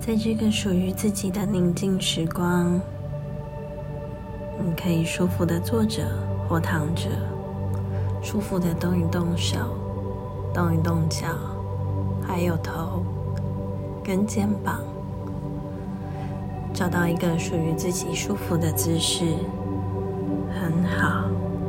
在这个属于自己的宁静时光，你可以舒服地坐着或躺着，舒服地动一动手，动一动脚，还有头跟肩膀，找到一个属于自己舒服的姿势。很好。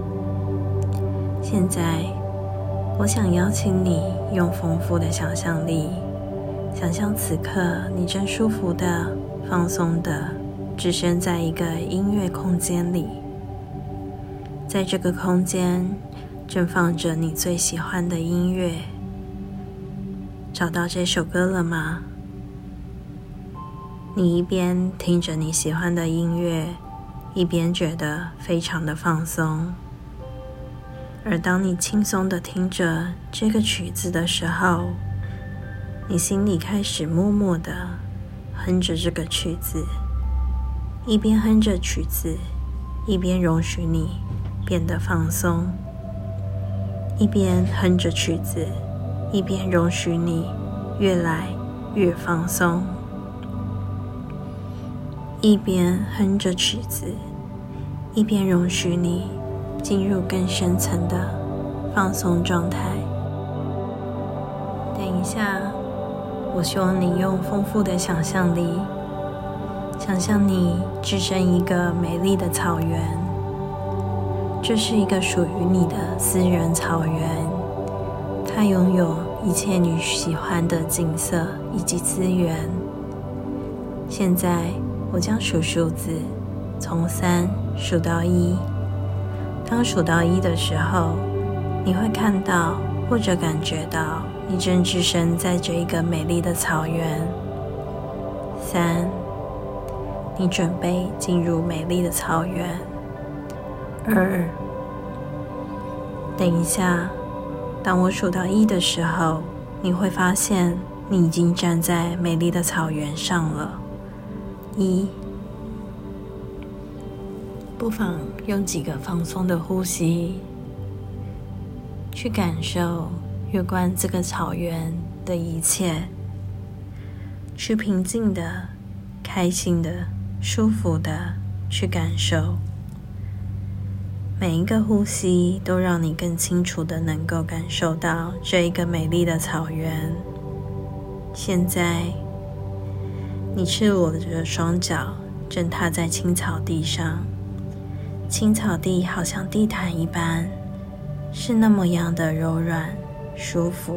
现在我想邀请你用丰富的想象力，想象此刻你正舒服的、放松的置身在一个音乐空间里。在这个空间正放着你最喜欢的音乐。找到这首歌了吗？你一边听着你喜欢的音乐，一边觉得非常的放松。而当你轻松地听着这个曲子的时候，你心里开始默默地哼着这个曲子，一边哼着曲子，一边容许你变得放松，一边哼着曲子，一边容许你越来越放松，一边哼着曲子，一边容许你进入更深层的放松状态。等一下，我希望你用丰富的想象力，想象你置身一个美丽的草原。这是一个属于你的私人草原，它拥有一切你喜欢的景色以及资源。现在我将数数字，从3数到1。当数到1的时候，你会看到或者感觉到你正置身在这一个美丽的草原。3，你准备进入美丽的草原。2，等一下，当我数到1的时候，你会发现你已经站在美丽的草原上了。1，不妨用几个放松的呼吸，去感受有关这个草原的一切，去平静的、开心的、舒服的去感受。每一个呼吸都让你更清楚的能够感受到这一个美丽的草原。现在，你赤裸的双脚正踏在青草地上，青草地好像地毯一般，是那么样的柔软、舒服。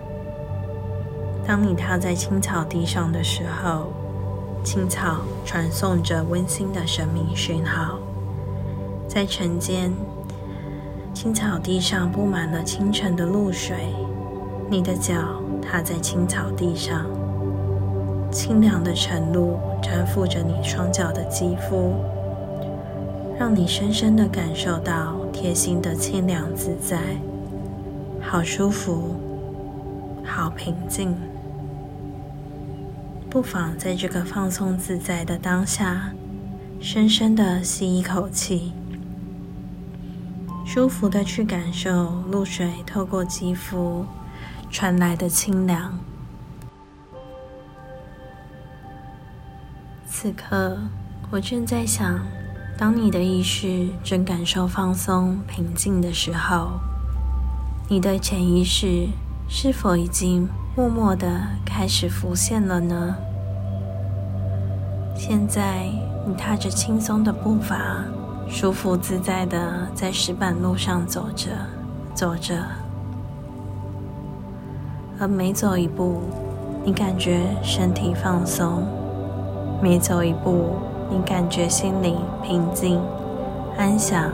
当你踏在青草地上的时候，青草传送着温馨的生命讯号。在晨间，青草地上布满了清晨的露水，你的脚踏在青草地上，清凉的晨露沾附着你双脚的肌肤，让你深深地感受到贴心的清凉自在，好舒服，好平静。不妨在这个放松自在的当下，深深地吸一口气，舒服地去感受露水透过肌肤传来的清凉。此刻，我正在想，当你的意识正感受放松、平静的时候，你的潜意识是否已经默默地开始浮现了呢？现在，你踏着轻松的步伐，舒服自在地在石板路上走着，走着，而每走一步，你感觉身体放松；每走一步，你感觉心灵平静、安详。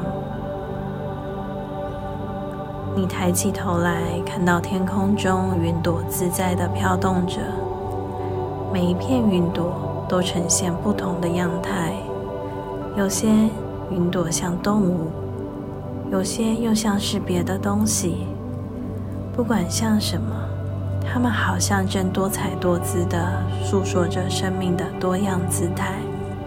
你抬起头来，看到天空中云朵自在地飘动着，每一片云朵都呈现不同的样态，有些云朵像动物，有些又像是别的东西。不管像什么，它们好像正多彩多姿地诉说着生命的多样姿态。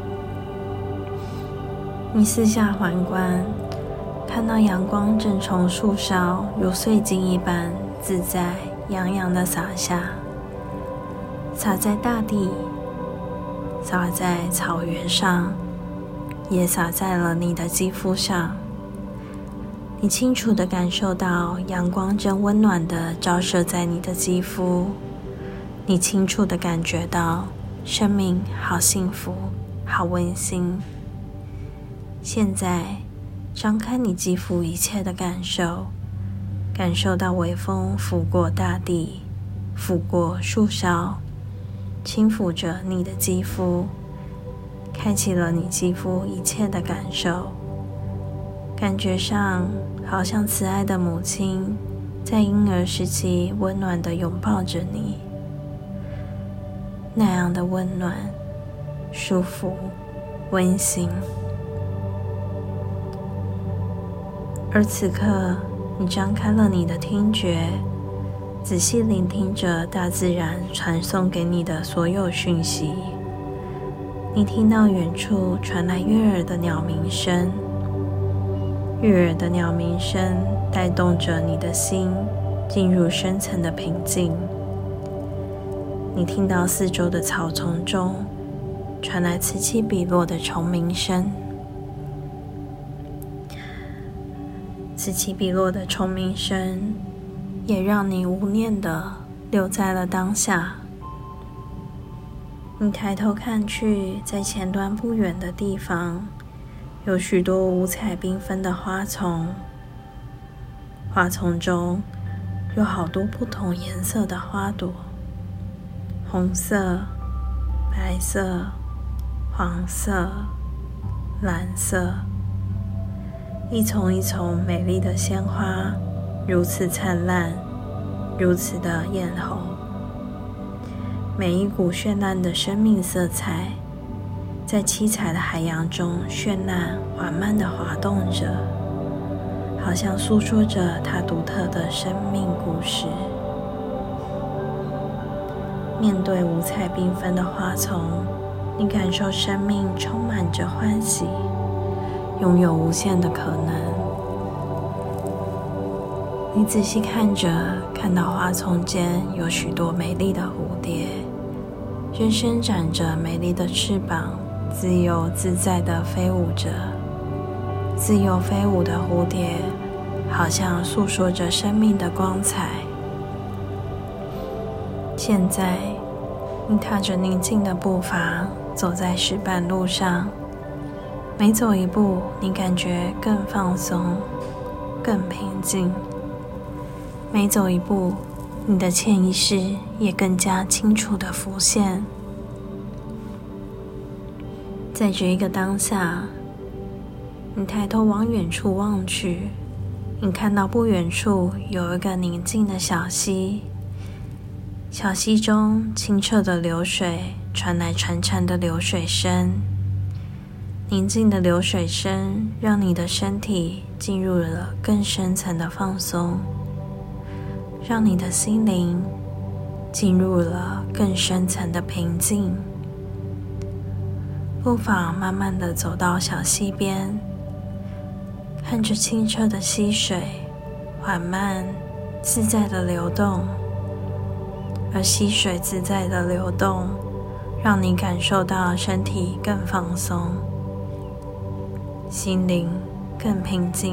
你四下环观，看到阳光正从树梢如碎金一般自在洋洋地洒下，洒在大地， 洒在草原上，也洒在了你的肌肤上。你清楚地感受到阳光正温暖地照射在你的肌肤，你清楚地感觉到生命好幸福，好温馨。现在张开你肌肤一切的感受，感受到微风拂过大地，拂过树梢，轻抚着你的肌肤，开启了你肌肤一切的感受。感觉上好像慈爱的母亲在婴儿时期温暖地拥抱着你，那样的温暖、舒服、温馨。而此刻，你张开了你的听觉，仔细聆听着大自然传送给你的所有讯息。你听到远处传来悦耳的鸟鸣声，悦耳的鸟鸣声带动着你的心进入深层的平静。你听到四周的草丛中传来此起彼落的虫鸣声，此起彼落的虫鸣声也让你无念地留在了当下。你抬头看去，在前端不远的地方有许多五彩缤纷的花丛，花丛中有好多不同颜色的花朵，红色、白色、黄色、蓝色，一丛一丛美丽的鲜花，如此灿烂，如此的艳红。每一股绚烂的生命色彩在七彩的海洋中绚烂缓慢地滑动着，好像诉说着它独特的生命故事。面对五彩缤纷的花丛，你感受生命充满着欢喜，拥有无限的可能。你仔细看着，看到花丛间有许多美丽的蝴蝶，正伸展着美丽的翅膀，自由自在地飞舞着。自由飞舞的蝴蝶好像诉说着生命的光彩。现在你踏着宁静的步伐走在石板路上，每走一步你感觉更放松，更平静。每走一步，你的潜意识也更加清楚地浮现。在这一个当下，你抬头往远处望去，你看到不远处有一个宁静的小溪，小溪中清澈的流水传来潺潺的流水声，宁静的流水声让你的身体进入了更深层的放松，让你的心灵进入了更深层的平静。步伐慢慢地走到小溪边，看着清澈的溪水缓慢自在地流动，而溪水自在的流动让你感受到身体更放松，心灵更平静。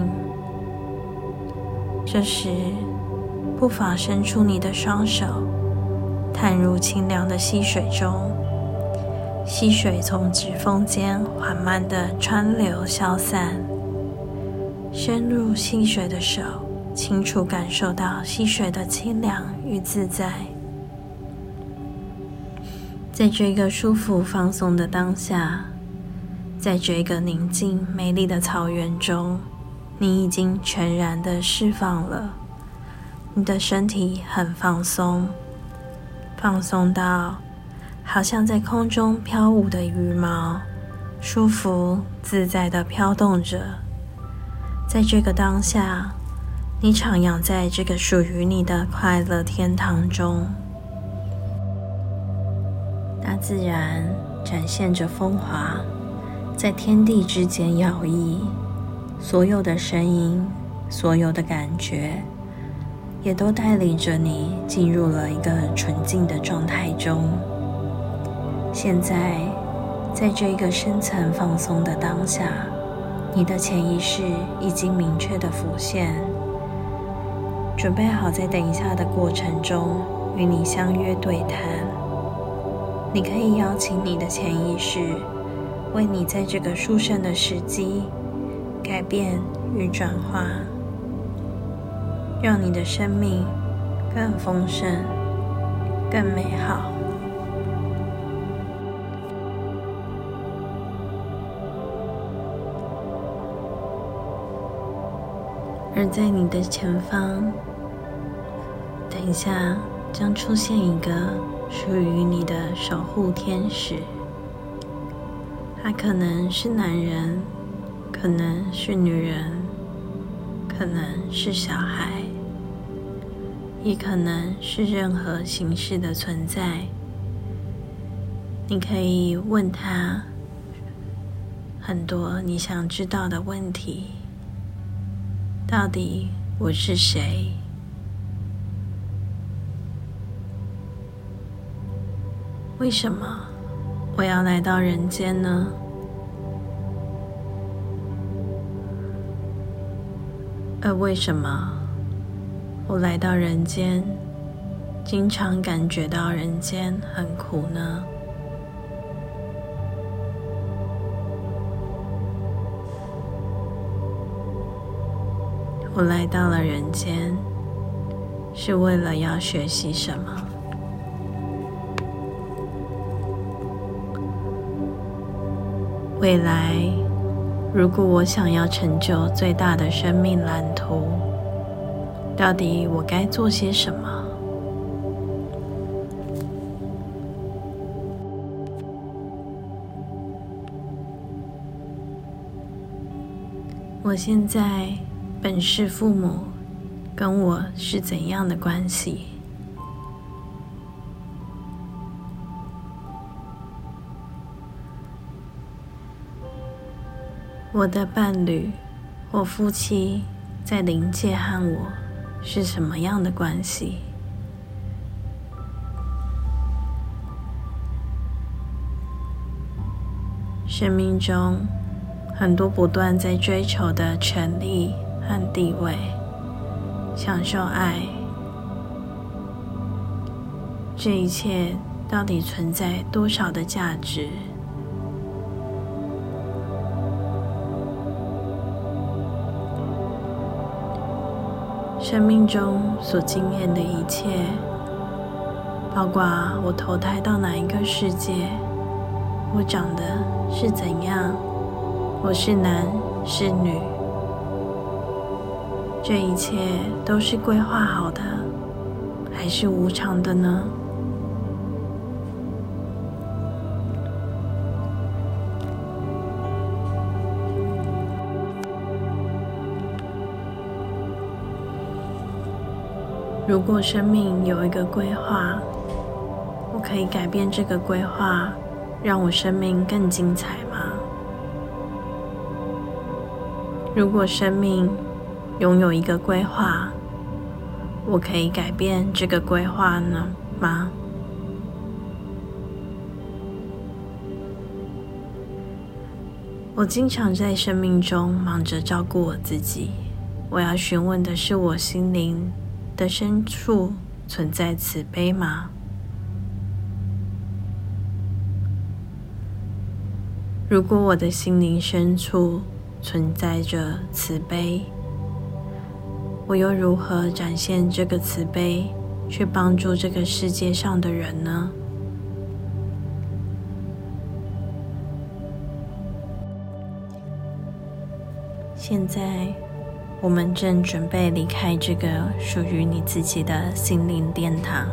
这时不妨伸出你的双手，探入清凉的溪水中，溪水从指缝间缓慢地川流消散。深入溪水的手清楚感受到溪水的清凉与自在。在这个舒服放松的当下，在这个宁静美丽的草原中，你已经全然的释放了。你的身体很放松，放松到好像在空中飘舞的羽毛，舒服自在地飘动着。在这个当下，你徜徉在这个属于你的快乐天堂中。大自然展现着风华，在天地之间摇曳，所有的声音，所有的感觉也都带领着你进入了一个纯净的状态中。现在在这个深层放松的当下，你的潜意识已经明确的浮现，准备好在等一下的过程中与你相约对谈。你可以邀请你的潜意识为你在这个殊胜的时机改变与转化，让你的生命更丰盛、更美好。而在你的前方，等一下将出现一个属于你的守护天使。他可能是男人，可能是女人，可能是小孩，也可能是任何形式的存在。你可以问他很多你想知道的问题。到底我是谁？为什么我要来到人间呢？而为什么我来到人间，经常感觉到人间很苦呢？我来到了人间，是为了要学习什么？未来，如果我想要成就最大的生命蓝图，到底我该做些什么？我现在本是父母跟我是怎样的关系？我的伴侣或夫妻在灵界和我是什么样的关系？生命中很多不断在追求的权利和地位，享受爱，这一切到底存在多少的价值？生命中所经验的一切，包括我投胎到哪一个世界，我长得是怎样，我是男是女，这一切都是规划好的，还是无常的呢？如果生命有一个规划，我可以改变这个规划，让我生命更精彩吗？如果生命拥有一个规划，我可以改变这个规划呢吗？我经常在生命中忙着照顾我自己，我要询问的是我心灵的深处存在慈悲吗？如果我的心灵深处存在着慈悲，我又如何展现这个慈悲，去帮助这个世界上的人呢？现在我们正准备离开这个属于你自己的心灵殿堂。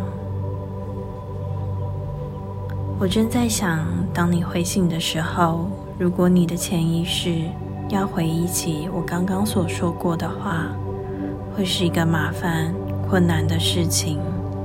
我正在想，当你回醒的时候，如果你的潜意识要回忆起我刚刚所说过的话，会是一个麻烦、困难的事情。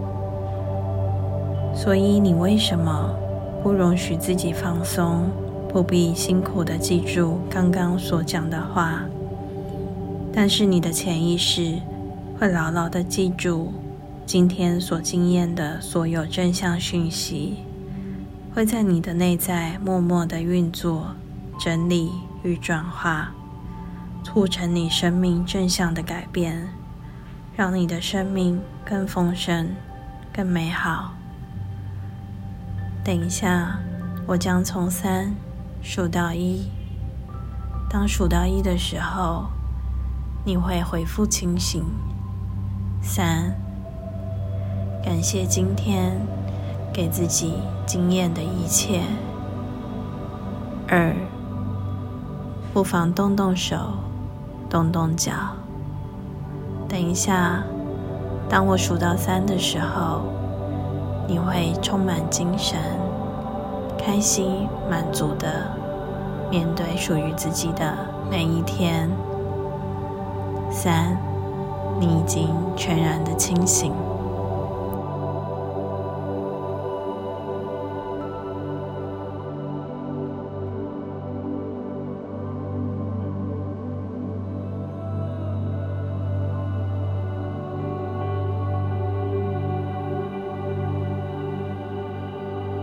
所以你为什么不容许自己放松，不必辛苦地记住刚刚所讲的话？但是你的潜意识会牢牢地记住今天所经验的所有正向讯息， 会在你的内在默默的运作、整理与转化，促成你生命正向的改变，让你的生命更丰盛、更美好。等一下，我将从3数到1。当数到1的时候，你会恢复清醒。3，感谢今天给自己经验的一切。2，不妨动动手，动动脚。等一下，当我数到3的时候，你会充满精神、开心、满足的面对属于自己的每一天。3，你已经全然的清醒。